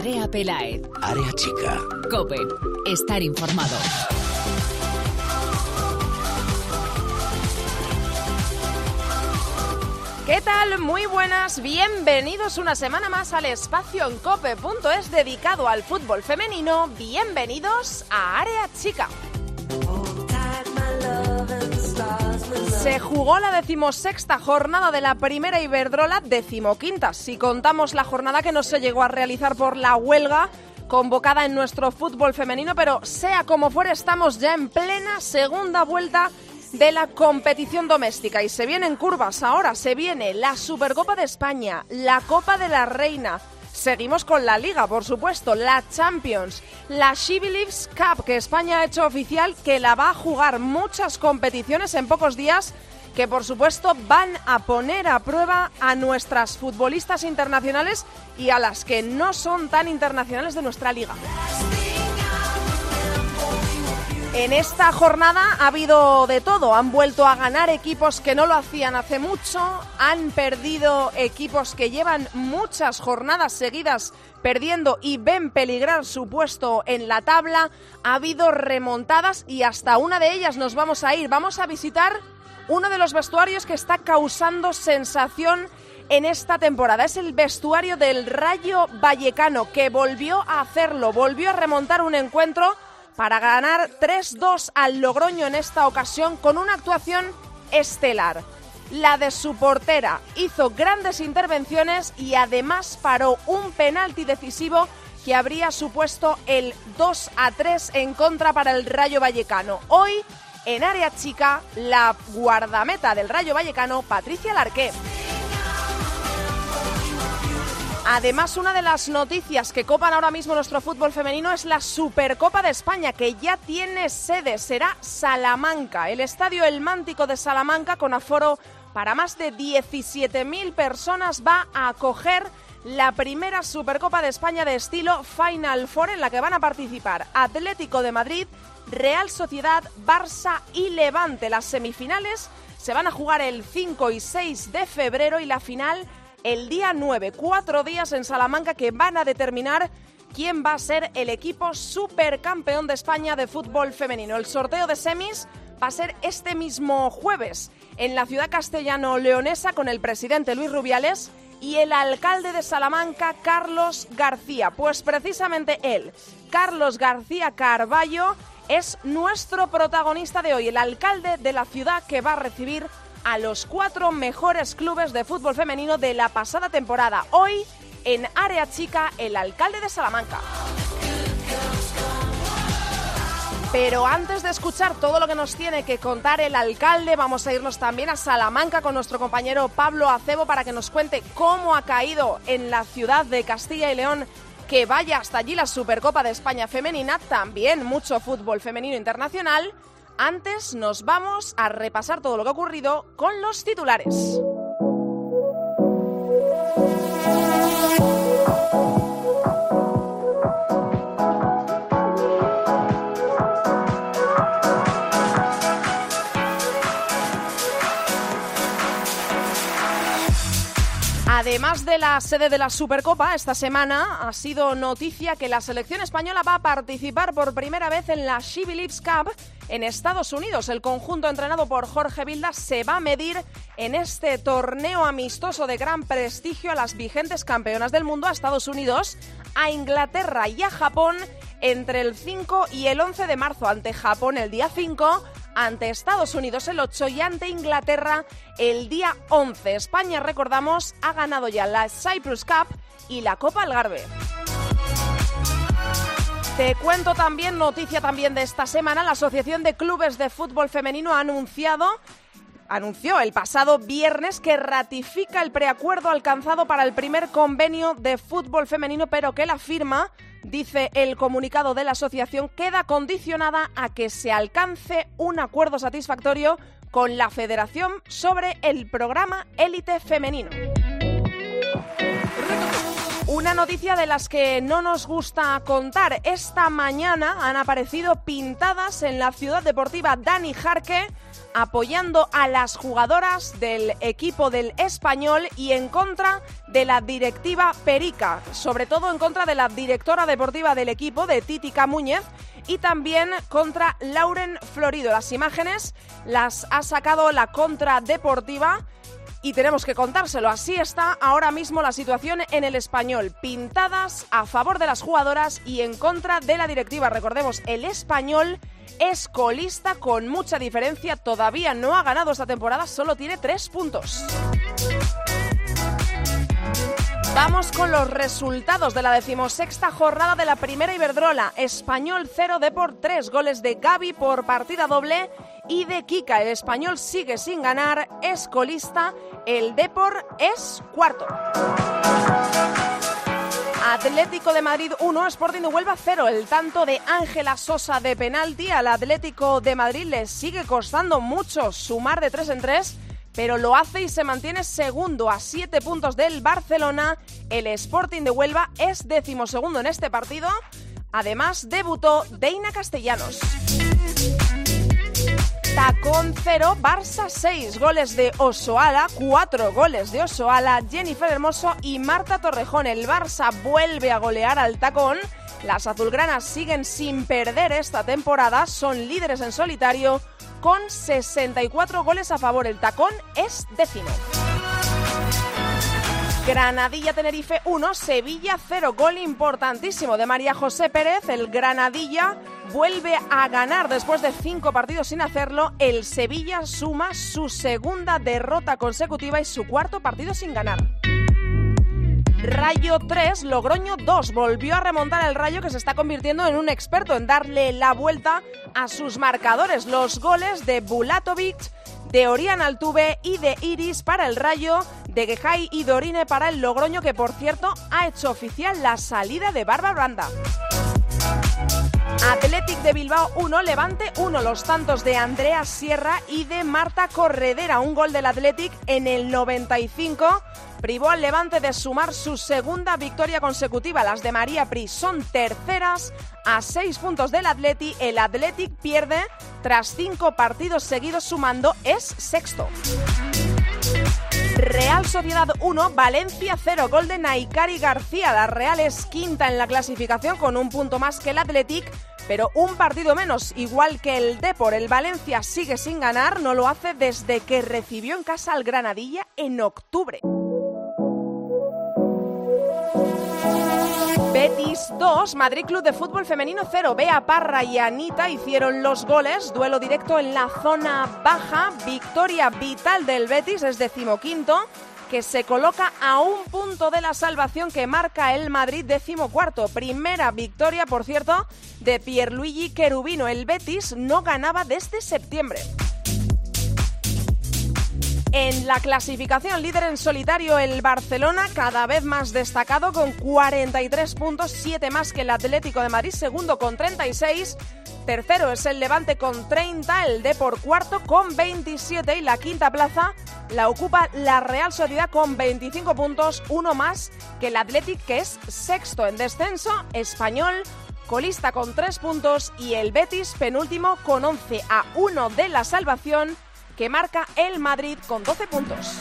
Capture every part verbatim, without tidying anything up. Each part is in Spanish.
Andrea Peláez. Área Chica. COPE. Estar informado. ¿Qué tal? Muy buenas, bienvenidos una semana más al espacio en cope punto es dedicado al fútbol femenino. Bienvenidos a Área Chica. Se jugó la decimosexta jornada de la primera Iberdrola, decimoquinta, si contamos la jornada que no se llegó a realizar por la huelga convocada en nuestro fútbol femenino, pero sea como fuere, estamos ya en plena segunda vuelta de la competición doméstica y se vienen curvas ahora, se viene la Supercopa de España, la Copa de la Reina, seguimos con la Liga, por supuesto, la Champions, la She Believes Cup, que España ha hecho oficial que la va a jugar, muchas competiciones en pocos días que por supuesto van a poner a prueba a nuestras futbolistas internacionales y a las que no son tan internacionales de nuestra liga. En esta jornada ha habido de todo, han vuelto a ganar equipos que no lo hacían hace mucho, han perdido equipos que llevan muchas jornadas seguidas perdiendo y ven peligrar su puesto en la tabla, ha habido remontadas y hasta una de ellas nos vamos a ir, vamos a visitar uno de los vestuarios que está causando sensación en esta temporada, es el vestuario del Rayo Vallecano, que volvió a hacerlo, volvió a remontar un encuentro para ganar tres dos al Logroño en esta ocasión con una actuación estelar. La de su portera hizo grandes intervenciones y además paró un penalti decisivo que habría supuesto el dos a tres en contra para el Rayo Vallecano. Hoy, en Área Chica, la guardameta del Rayo Vallecano, Patricia Larqué. Además, una de las noticias que copan ahora mismo nuestro fútbol femenino es la Supercopa de España, que ya tiene sede, será Salamanca. El estadio El Mántico de Salamanca, con aforo para más de diecisiete mil personas, va a acoger la primera Supercopa de España de estilo Final Four, en la que van a participar Atlético de Madrid, Real Sociedad, Barça y Levante. Las semifinales se van a jugar el cinco y seis de febrero y la final el día nueve, cuatro días en Salamanca que van a determinar quién va a ser el equipo supercampeón de España de fútbol femenino. El sorteo de semis va a ser este mismo jueves en la ciudad castellano-leonesa con el presidente Luis Rubiales y el alcalde de Salamanca, Carlos García. Pues precisamente él, Carlos García Carballo, es nuestro protagonista de hoy, el alcalde de la ciudad que va a recibir a los cuatro mejores clubes de fútbol femenino de la pasada temporada. Hoy, en Área Chica, el alcalde de Salamanca. Pero antes de escuchar todo lo que nos tiene que contar el alcalde, vamos a irnos también a Salamanca con nuestro compañero Pablo Acebo para que nos cuente cómo ha caído en la ciudad de Castilla y León que vaya hasta allí la Supercopa de España femenina, también mucho fútbol femenino internacional. Antes nos vamos a repasar todo lo que ha ocurrido con los titulares. Además de la sede de la Supercopa, esta semana ha sido noticia que la selección española va a participar por primera vez en la She Believes Cup en Estados Unidos. El conjunto entrenado por Jorge Vilda se va a medir en este torneo amistoso de gran prestigio a las vigentes campeonas del mundo, a Estados Unidos, a Inglaterra y a Japón entre el cinco y el once de marzo. Ante Japón el día cinco, ante Estados Unidos el ocho y ante Inglaterra el día once. España, recordamos, ha ganado ya la Cyprus Cup y la Copa Algarve. Te cuento también, noticia también de esta semana, la Asociación de Clubes de Fútbol Femenino ha anunciado, anunció el pasado viernes que ratifica el preacuerdo alcanzado para el primer convenio de fútbol femenino, pero que la firma, dice el comunicado de la asociación, queda condicionada a que se alcance un acuerdo satisfactorio con la Federación sobre el programa Élite Femenino. Una noticia de las que no nos gusta contar. Esta mañana han aparecido pintadas en la ciudad deportiva Dani Jarque apoyando a las jugadoras del equipo del Español y en contra de la directiva Perica, sobre todo en contra de la directora deportiva del equipo, de Titi Camúñez, y también contra Lauren Florido. Las imágenes las ha sacado la Contradeportiva y tenemos que contárselo. Así está ahora mismo la situación en el Español. Pintadas a favor de las jugadoras y en contra de la directiva. Recordemos, el Español es colista con mucha diferencia. Todavía no ha ganado esta temporada, solo tiene tres puntos. Vamos con los resultados de la decimosexta jornada de la Primera Iberdrola. Español cero, Depor tres, goles de Gaby por partida doble y de Kika. El Español sigue sin ganar, es colista, el Depor es cuarto. Atlético de Madrid uno, Sporting de Huelva cero. El tanto de Ángela Sosa de penalti al Atlético de Madrid le sigue costando mucho sumar de tres en tres, pero lo hace y se mantiene segundo a siete puntos del Barcelona. El Sporting de Huelva es decimosegundo en este partido. Además, debutó Deina Castellanos. Tacón cero, Barça seis, goles de Osoala, cuatro goles de Osoala, Jennifer Hermoso y Marta Torrejón. El Barça vuelve a golear al Tacón. Las azulgranas siguen sin perder esta temporada, son líderes en solitario con sesenta y cuatro goles a favor. El Tacón es décimo. Granadilla-Tenerife uno, Sevilla cero, gol importantísimo de María José Pérez. El Granadilla vuelve a ganar después de cinco partidos sin hacerlo. El Sevilla suma su segunda derrota consecutiva y su cuarto partido sin ganar. Rayo tres, Logroño dos. Volvió a remontar el Rayo, que se está convirtiendo en un experto en darle la vuelta a sus marcadores. Los goles de Bulatovic, de Oriana Altuve y de Iris para el Rayo, de Gejai y Dorine para el Logroño, que por cierto ha hecho oficial la salida de Bárbara Branda. Athletic de Bilbao uno, Levante uno, los tantos de Andrea Sierra y de Marta Corredera. Un gol del Athletic en el noventa y cinco privó al Levante de sumar su segunda victoria consecutiva. Las de María Pris son terceras a seis puntos del Athletic. El Athletic pierde tras cinco partidos seguidos sumando, es sexto. Real Sociedad uno, Valencia cero, gol de Naikari García. La Real es quinta en la clasificación con un punto más que el Athletic, pero un partido menos, igual que el Depor. El Valencia sigue sin ganar, no lo hace desde que recibió en casa al Granadilla en octubre. Betis dos, Madrid Club de Fútbol Femenino cero. Bea Parra y Anita hicieron los goles. Duelo directo en la zona baja. Victoria vital del Betis, es decimoquinto, que se coloca a un punto de la salvación que marca el Madrid decimocuarto. Primera victoria, por cierto, de Pierluigi Cherubino. El Betis no ganaba desde septiembre. En la clasificación, líder en solitario el Barcelona, cada vez más destacado con cuarenta y tres puntos, siete más que el Atlético de Madrid, segundo con treinta y seis. Tercero es el Levante con treinta, el Depor cuarto con veintisiete y la quinta plaza la ocupa la Real Sociedad con veinticinco puntos, uno más que el Athletic, que es sexto en descenso. Español colista con tres puntos y el Betis penúltimo con once, a uno de la salvación que marca el Madrid con doce puntos.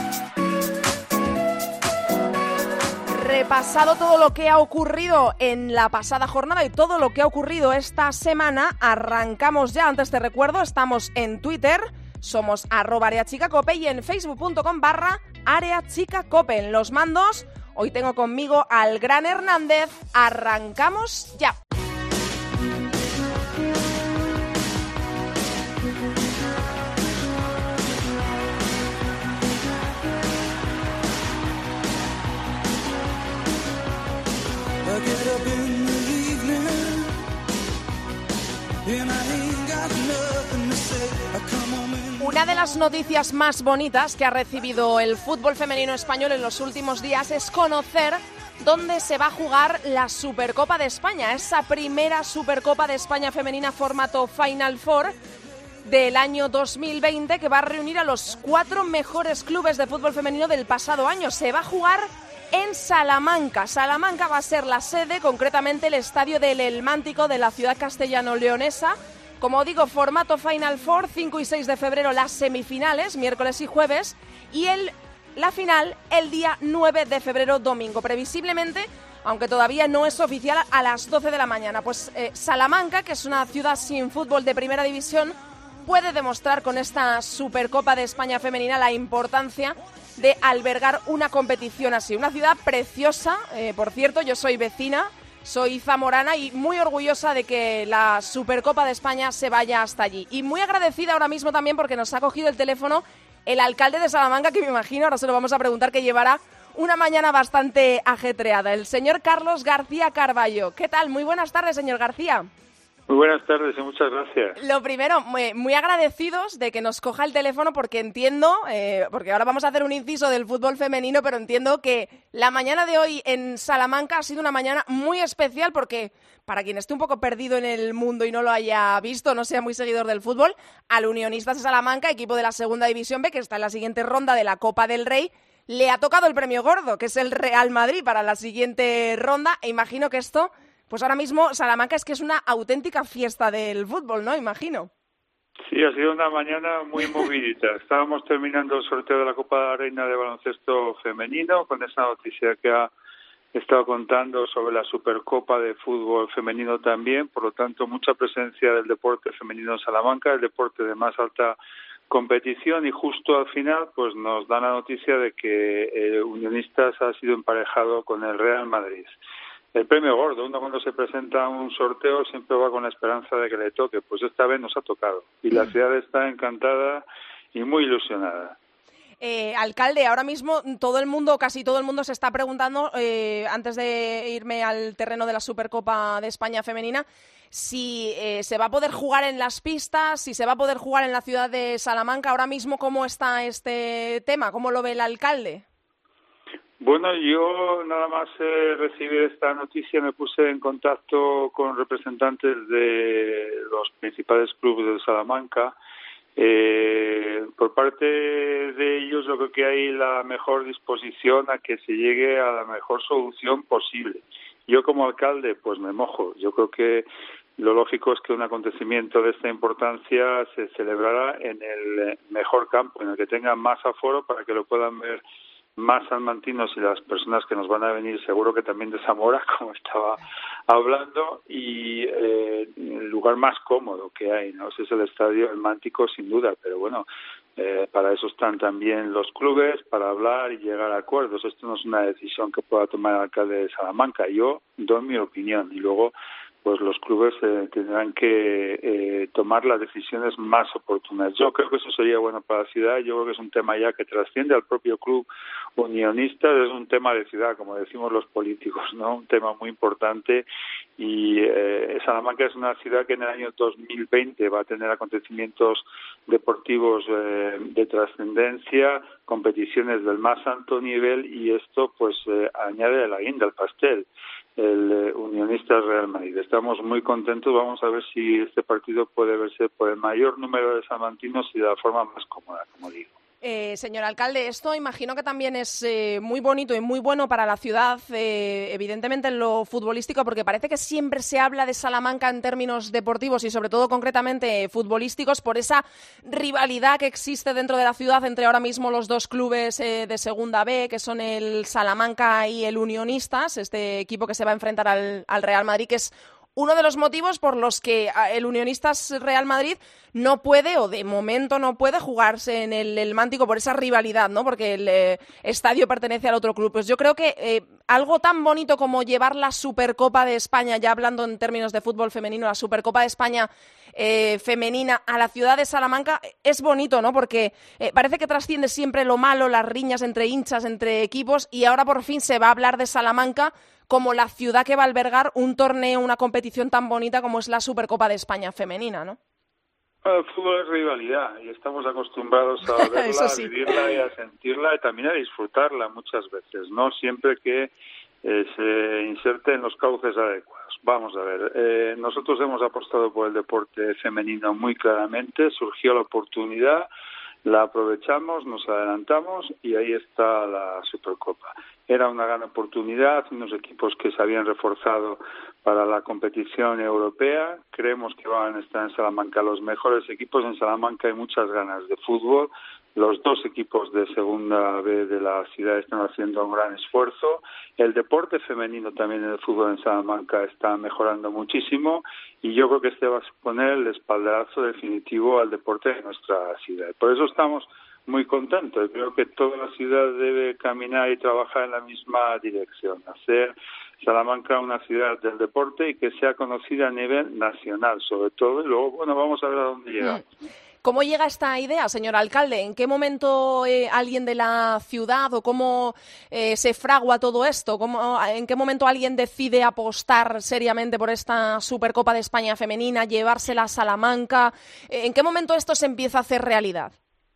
Repasado todo lo que ha ocurrido en la pasada jornada y todo lo que ha ocurrido esta semana, arrancamos ya. Antes te recuerdo, estamos en Twitter, somos arroba areachicacope, y en facebook.com barra areachicacope. En los mandos, hoy tengo conmigo al gran Hernández. Arrancamos ya. Una de las noticias más bonitas que ha recibido el fútbol femenino español en los últimos días es conocer dónde se va a jugar la Supercopa de España, esa primera Supercopa de España femenina formato Final Four del año dos mil veinte, que va a reunir a los cuatro mejores clubes de fútbol femenino del pasado año. Se va a jugar en Salamanca. Salamanca va a ser la sede, concretamente el estadio del El Mántico de la ciudad castellano-leonesa, Como digo, formato Final Four, cinco y seis de febrero las semifinales, miércoles y jueves, y el, la final el día nueve de febrero, domingo. Previsiblemente, aunque todavía no es oficial, a las doce de la mañana. Pues eh, Salamanca, que es una ciudad sin fútbol de primera división, puede demostrar con esta Supercopa de España femenina la importancia de albergar una competición así. Una ciudad preciosa, eh, por cierto, yo soy vecina, soy zamorana y muy orgullosa de que la Supercopa de España se vaya hasta allí. Y muy agradecida ahora mismo también porque nos ha cogido el teléfono el alcalde de Salamanca, que me imagino, ahora se lo vamos a preguntar, que llevará una mañana bastante ajetreada, el señor Carlos García Carballo. ¿Qué tal? Muy buenas tardes, señor García. Muy buenas tardes y muchas gracias. Lo primero, muy, muy agradecidos de que nos coja el teléfono porque entiendo, eh, porque ahora vamos a hacer un inciso del fútbol femenino, pero entiendo que la mañana de hoy en Salamanca ha sido una mañana muy especial porque, para quien esté un poco perdido en el mundo y no lo haya visto, no sea muy seguidor del fútbol, al Unionistas de Salamanca, equipo de la Segunda División B, que está en la siguiente ronda de la Copa del Rey, le ha tocado el premio gordo, que es el Real Madrid, para la siguiente ronda, e imagino que esto... Pues ahora mismo Salamanca es que es una auténtica fiesta del fútbol, ¿no? Imagino. Sí, ha sido una mañana muy movidita. Estábamos terminando el sorteo de la Copa de la Reina de baloncesto femenino, con esa noticia que ha estado contando sobre la Supercopa de fútbol femenino también. Por lo tanto, mucha presencia del deporte femenino en Salamanca, el deporte de más alta competición, y justo al final pues nos da la noticia de que eh, Unionistas ha sido emparejado con el Real Madrid. El premio gordo, uno cuando se presenta a un sorteo siempre va con la esperanza de que le toque, pues esta vez nos ha tocado y la ciudad está encantada y muy ilusionada. Eh, alcalde, ahora mismo todo el mundo, casi todo el mundo se está preguntando, eh, antes de irme al terreno de la Supercopa de España femenina, si eh, se va a poder jugar en las pistas, si se va a poder jugar en la ciudad de Salamanca. Ahora mismo, ¿cómo está este tema? ¿Cómo lo ve el alcalde? Bueno, yo nada más eh, recibir esta noticia me puse en contacto con representantes de los principales clubes de Salamanca. Eh, por parte de ellos yo creo que hay la mejor disposición a que se llegue a la mejor solución posible. Yo como alcalde pues me mojo. Yo creo que lo lógico es que un acontecimiento de esta importancia se celebrará en el mejor campo, en el que tenga más aforo para que lo puedan ver más salmantinos y las personas que nos van a venir seguro que también de Zamora, como estaba hablando, y eh, el lugar más cómodo que hay, ¿no? Ese es el estadio El Mántico, sin duda, pero bueno, eh, para eso están también los clubes, para hablar y llegar a acuerdos. Esto no es una decisión que pueda tomar el alcalde de Salamanca. Yo doy mi opinión y luego pues los clubes eh, tendrán que eh, tomar las decisiones más oportunas. Yo creo que eso sería bueno para la ciudad. Yo creo que es un tema ya que trasciende al propio club unionista, es un tema de ciudad, como decimos los políticos, ¿no? Un tema muy importante, y eh, Salamanca es una ciudad que en el año dos mil veinte va a tener acontecimientos deportivos eh, de trascendencia, competiciones del más alto nivel, y esto pues eh, añade la guinda al pastel, el eh, Unionistas Real Madrid. Estamos muy contentos, vamos a ver si este partido puede verse por el mayor número de salmantinos y de la forma más cómoda, como digo. Eh, señor alcalde, esto imagino que también es eh, muy bonito y muy bueno para la ciudad, eh, evidentemente en lo futbolístico, porque parece que siempre se habla de Salamanca en términos deportivos y sobre todo concretamente futbolísticos por esa rivalidad que existe dentro de la ciudad entre ahora mismo los dos clubes eh, de Segunda B, que son el Salamanca y el Unionistas, este equipo que se va a enfrentar al, al Real Madrid, que es uno de los motivos por los que el Unionistas Real Madrid no puede, o de momento no puede, jugarse en el, el Mántico por esa rivalidad, ¿no? Porque el eh, estadio pertenece al otro club. Pues yo creo que eh, algo tan bonito como llevar la Supercopa de España, ya hablando en términos de fútbol femenino, la Supercopa de España eh, femenina a la ciudad de Salamanca, es bonito, ¿no? Porque eh, parece que trasciende siempre lo malo, las riñas entre hinchas, entre equipos, y ahora por fin se va a hablar de Salamanca como la ciudad que va a albergar un torneo, una competición tan bonita como es la Supercopa de España femenina, ¿no? El fútbol es rivalidad y estamos acostumbrados a verla, sí. a vivirla y a sentirla y también a disfrutarla muchas veces, ¿no? Siempre que eh, se inserte en los cauces adecuados. Vamos a ver, eh, nosotros hemos apostado por el deporte femenino muy claramente, surgió la oportunidad. La aprovechamos, nos adelantamos y ahí está la Supercopa. Era una gran oportunidad, unos equipos que se habían reforzado para la competición europea. Creemos que van a estar en Salamanca los mejores equipos. En Salamanca hay muchas ganas de fútbol. Los dos equipos de segunda B de la ciudad están haciendo un gran esfuerzo. El deporte femenino también en el fútbol en Salamanca está mejorando muchísimo y yo creo que este va a suponer el espaldarazo definitivo al deporte de nuestra ciudad. Por eso estamos muy contentos. Creo que toda la ciudad debe caminar y trabajar en la misma dirección, hacer Salamanca una ciudad del deporte y que sea conocida a nivel nacional, sobre todo. Y luego, bueno, vamos a ver a dónde llegamos. ¿Cómo llega esta idea, señor alcalde? ¿En qué momento eh, alguien de la ciudad o cómo eh, se fragua todo esto? ¿Cómo, ¿En qué momento alguien decide apostar seriamente por esta Supercopa de España femenina, llevársela a Salamanca? ¿En qué momento esto se empieza a hacer realidad?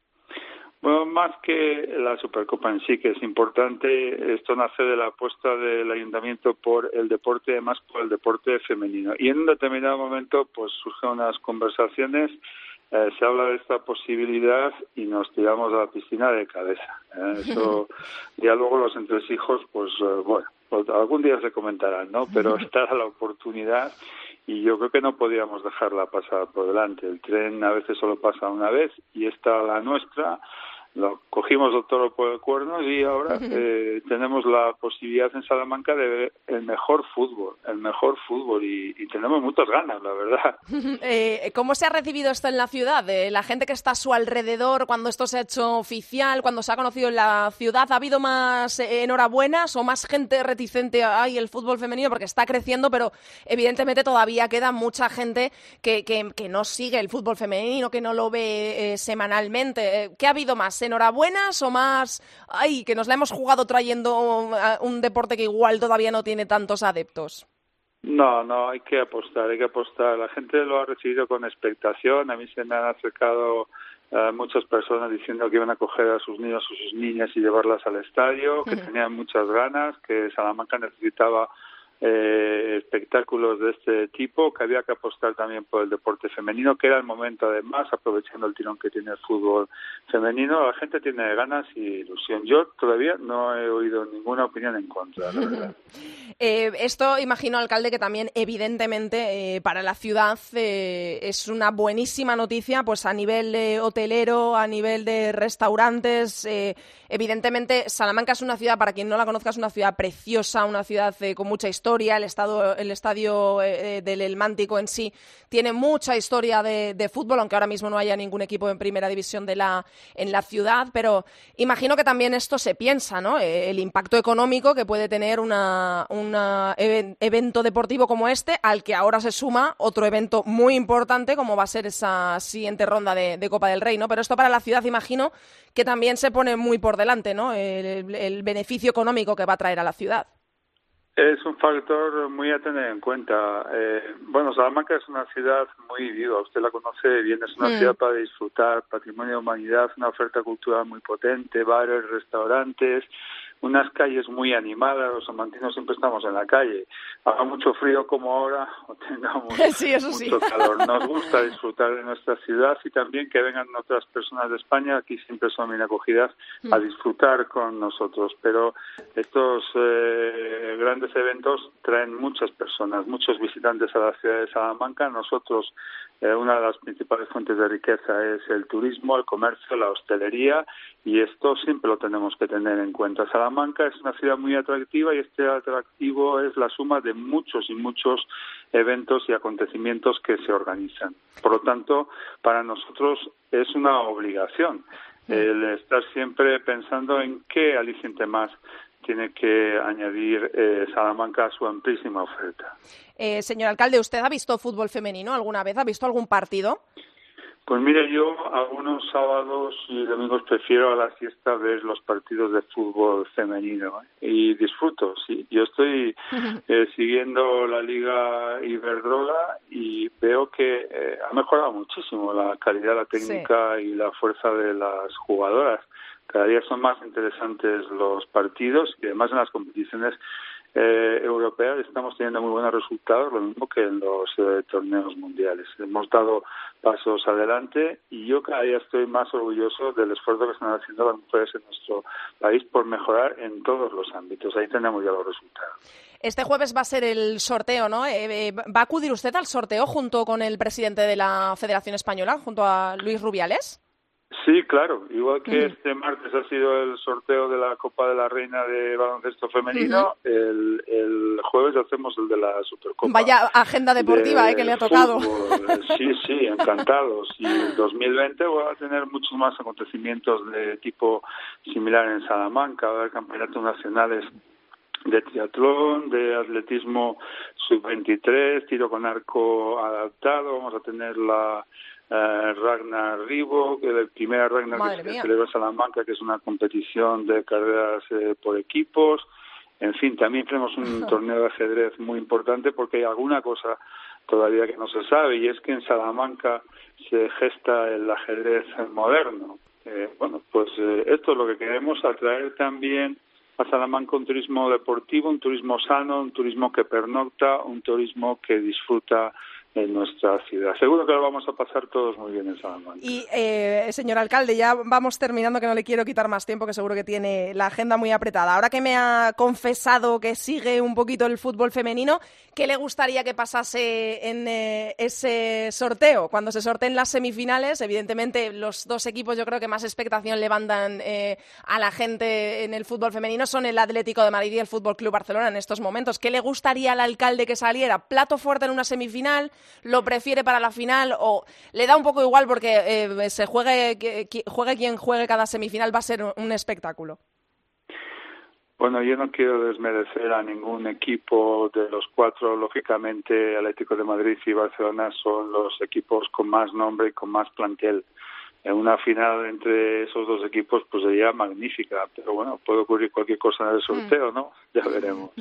Bueno, más que la Supercopa en sí, que es importante, esto nace de la apuesta del Ayuntamiento por el deporte, además por el deporte femenino. Y en un determinado momento, pues surgen unas conversaciones. Eh, se habla de esta posibilidad y nos tiramos a la piscina de cabeza. ¿eh? Eso, ya luego los entresijos, pues eh, bueno, pues algún día se comentarán, ¿no? Pero está la oportunidad y yo creo que no podíamos dejarla pasar por delante. El tren a veces solo pasa una vez y esta la nuestra. Lo cogimos el toro por el cuerno y ahora eh, tenemos la posibilidad en Salamanca de ver el mejor fútbol, el mejor fútbol y, y tenemos muchas ganas, la verdad. Eh, ¿Cómo se ha recibido esto en la ciudad? Eh, la gente que está a su alrededor cuando esto se ha hecho oficial, cuando se ha conocido en la ciudad, ¿ha habido más eh, enhorabuenas o más gente reticente a ay, el fútbol femenino? Porque está creciendo, pero evidentemente todavía queda mucha gente que, que, que no sigue el fútbol femenino, que no lo ve eh, semanalmente. Eh, ¿Qué ha habido más? ¿Enhorabuenas o más, ay, que nos la hemos jugado trayendo un deporte que igual todavía no tiene tantos adeptos? No, no, hay que apostar, hay que apostar. La gente lo ha recibido con expectación. A mí se me han acercado uh, muchas personas diciendo que iban a coger a sus niños o sus niñas y llevarlas al estadio, que tenían muchas ganas, que Salamanca necesitaba Eh, espectáculos de este tipo, que había que apostar también por el deporte femenino, que era el momento además, aprovechando el tirón que tiene el fútbol femenino. La gente tiene ganas y ilusión. Yo todavía no he oído ninguna opinión en contra, la verdad. eh, esto, imagino, alcalde, que también evidentemente eh, para la ciudad eh, es una buenísima noticia, pues a nivel eh, hotelero, a nivel de restaurantes. Eh, evidentemente Salamanca es una ciudad, para quien no la conozca, es una ciudad preciosa, una ciudad eh, con mucha historia. El, estado, el estadio eh, del El Mántico en sí tiene mucha historia de, de fútbol, aunque ahora mismo no haya ningún equipo en primera división de la, en la ciudad, pero imagino que también esto se piensa, ¿no? Eh, el impacto económico que puede tener un una even, evento deportivo como este, al que ahora se suma otro evento muy importante como va a ser esa siguiente ronda de, de Copa del Rey, ¿no? Pero esto para la ciudad imagino que también se pone muy por delante, ¿no? El, el beneficio económico que va a traer a la ciudad. Es un factor muy a tener en cuenta. Eh, bueno, Salamanca es una ciudad muy viva, usted la conoce bien, es una mm. ciudad para disfrutar, patrimonio de humanidad, una oferta cultural muy potente, bares, restaurantes, unas calles muy animadas. Los salmantinos siempre estamos en la calle, haga mucho frío como ahora o tengamos sí, eso mucho sí. calor. Nos gusta disfrutar de nuestra ciudad y también que vengan otras personas de España, aquí siempre son bien acogidas, mm. a disfrutar con nosotros, pero estos eh, grandes eventos traen muchas personas, muchos visitantes a la ciudad de Salamanca. Nosotros, eh, una de las principales fuentes de riqueza es el turismo, el comercio, la hostelería, y esto siempre lo tenemos que tener en cuenta. Salamanca es una ciudad muy atractiva y este atractivo es la suma de muchos y muchos eventos y acontecimientos que se organizan. Por lo tanto, para nosotros es una obligación el estar siempre pensando en qué aliciente más tiene que añadir eh, Salamanca a su amplísima oferta. Eh, señor alcalde, ¿usted ha visto fútbol femenino alguna vez? ¿Ha visto algún partido? Pues mire, yo algunos sábados y domingos prefiero a la siesta ver los partidos de fútbol femenino, ¿eh? Y disfruto, sí. Yo estoy eh, siguiendo la Liga Iberdrola y veo que eh, ha mejorado muchísimo la calidad, la técnica sí. y la fuerza de las jugadoras. Cada día son más interesantes los partidos y además en las competiciones eh, europeas estamos teniendo muy buenos resultados, lo mismo que en los eh, torneos mundiales. Hemos dado pasos adelante y yo cada día estoy más orgulloso del esfuerzo que están haciendo las mujeres en nuestro país por mejorar en todos los ámbitos. Ahí tenemos ya los resultados. Este jueves va a ser el sorteo, ¿no? Eh, ¿Va a acudir usted al sorteo junto con el presidente de la Federación Española, junto a Luis Rubiales? Sí, claro. Igual que uh-huh. este martes ha sido el sorteo de la Copa de la Reina de baloncesto femenino, uh-huh. el, el jueves hacemos el de la Supercopa. Vaya agenda deportiva de eh, que le ha tocado. Fútbol. Sí, sí, encantados. Y el dos mil veinte va a tener muchos más acontecimientos de tipo similar en Salamanca. Va a haber campeonatos nacionales de triatlón, de atletismo sub veintitrés, tiro con arco adaptado. Vamos a tener la eh, Ragnar Ribo, que es la primera Ragnar Madre que mía. se celebra en Salamanca, que es una competición de carreras eh, por equipos. En fin, también tenemos un torneo de ajedrez muy importante porque hay alguna cosa todavía que no se sabe, y es que en Salamanca se gesta el ajedrez moderno. Eh, bueno, pues eh, esto es lo que queremos, atraer también a Salamanca un turismo deportivo, un turismo sano, un turismo que pernocta, un turismo que disfruta en nuestra ciudad. Seguro que lo vamos a pasar todos muy bien en Salamanca. Y, eh, señor alcalde, ya vamos terminando, que no le quiero quitar más tiempo, que seguro que tiene la agenda muy apretada. Ahora que me ha confesado que sigue un poquito el fútbol femenino, ¿qué le gustaría que pasase en eh, ese sorteo? Cuando se sorteen las semifinales, evidentemente los dos equipos yo creo que más expectación levantan eh, a la gente en el fútbol femenino son el Atlético de Madrid y el Fútbol Club Barcelona en estos momentos. ¿Qué le gustaría al alcalde que saliera? ¿Plato fuerte en una semifinal? ¿Lo prefiere para la final o le da un poco igual porque eh, se juegue, que, que juegue quien juegue cada semifinal, va a ser un espectáculo? Bueno, yo no quiero desmerecer a ningún equipo de los cuatro. Lógicamente, Atlético de Madrid y Barcelona son los equipos con más nombre y con más plantel. En una final entre esos dos equipos pues sería magnífica, pero bueno, puede ocurrir cualquier cosa en el sorteo, ¿no? Ya veremos.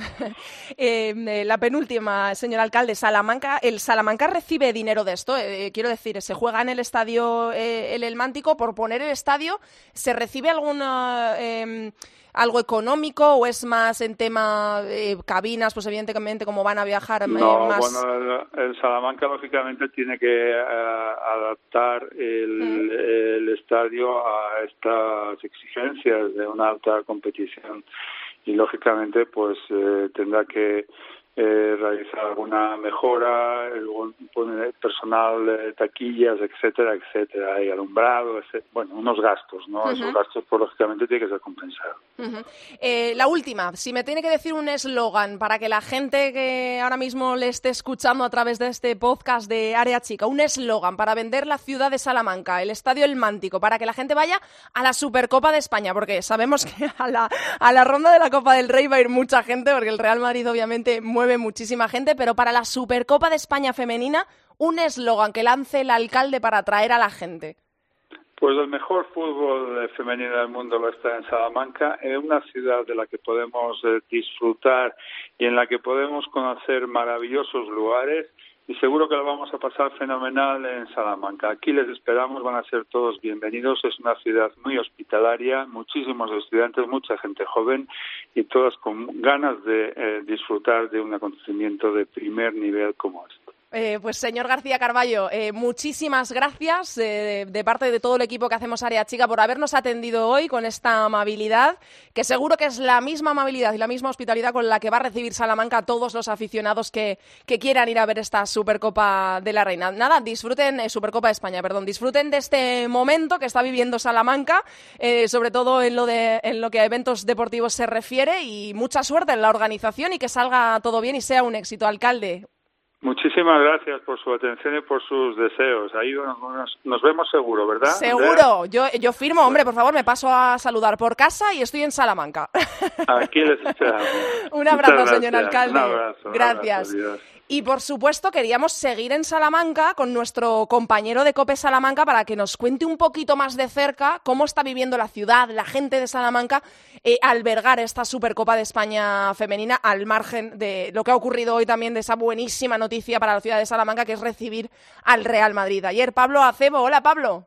eh, la penúltima, señor alcalde, Salamanca, ¿el Salamanca recibe dinero de esto? Eh, quiero decir, ¿se juega en el estadio eh, el Elmántico? Por poner el estadio, ¿se recibe alguna eh, algo económico o es más en tema eh, cabinas? Pues evidentemente como van a viajar eh, no, más... bueno, el, el Salamanca lógicamente tiene que uh, adaptar el, mm. el estadio a estas exigencias de una alta competición y lógicamente pues eh, tendrá que eh, realizar alguna mejora, poner personal, eh, taquillas, etcétera, etcétera, y alumbrado, etcétera. Bueno, unos gastos, ¿no? Uh-huh. Esos gastos, pues, lógicamente, tienen que ser compensados. Uh-huh. Eh, la última, si me tiene que decir un eslogan para que la gente que ahora mismo le esté escuchando a través de este podcast de Área Chica, un eslogan para vender la ciudad de Salamanca, el Estadio Elmántico, para que la gente vaya a la Supercopa de España, porque sabemos que a la, a la ronda de la Copa del Rey va a ir mucha gente, porque el Real Madrid obviamente mueve muchísima gente, pero para la Supercopa de España femenina, un eslogan que lance el alcalde para atraer a la gente. Pues el mejor fútbol femenino del mundo lo está en Salamanca, en una ciudad de la que podemos eh, disfrutar y en la que podemos conocer maravillosos lugares, y seguro que lo vamos a pasar fenomenal en Salamanca. Aquí les esperamos, van a ser todos bienvenidos. Es una ciudad muy hospitalaria, muchísimos estudiantes, mucha gente joven y todas con ganas de eh, disfrutar de un acontecimiento de primer nivel como este. Eh, pues señor García Carballo, eh, muchísimas gracias eh, de, de parte de todo el equipo que hacemos Área Chica por habernos atendido hoy con esta amabilidad, que seguro que es la misma amabilidad y la misma hospitalidad con la que va a recibir Salamanca a todos los aficionados que, que quieran ir a ver esta Supercopa de la Reina. Nada, disfruten, eh, Supercopa de España, perdón, disfruten de este momento que está viviendo Salamanca, eh, sobre todo en lo, de, en lo que a eventos deportivos se refiere, y mucha suerte en la organización y que salga todo bien y sea un éxito, alcalde. Muchísimas gracias por su atención y por sus deseos. Ahí nos, nos vemos seguro, ¿verdad? Seguro. Yo, yo firmo, hombre, por favor, me paso a saludar por casa y estoy en Salamanca. Aquí les esperamos. Un abrazo, señor alcalde. Un abrazo. Gracias. Un abrazo, y, por supuesto, queríamos seguir en Salamanca con nuestro compañero de COPE Salamanca para que nos cuente un poquito más de cerca cómo está viviendo la ciudad, la gente de Salamanca, eh, albergar esta Supercopa de España femenina, al margen de lo que ha ocurrido hoy también, de esa buenísima noticia para la ciudad de Salamanca, que es recibir al Real Madrid. Ayer, Pablo Acebo. Hola, Pablo.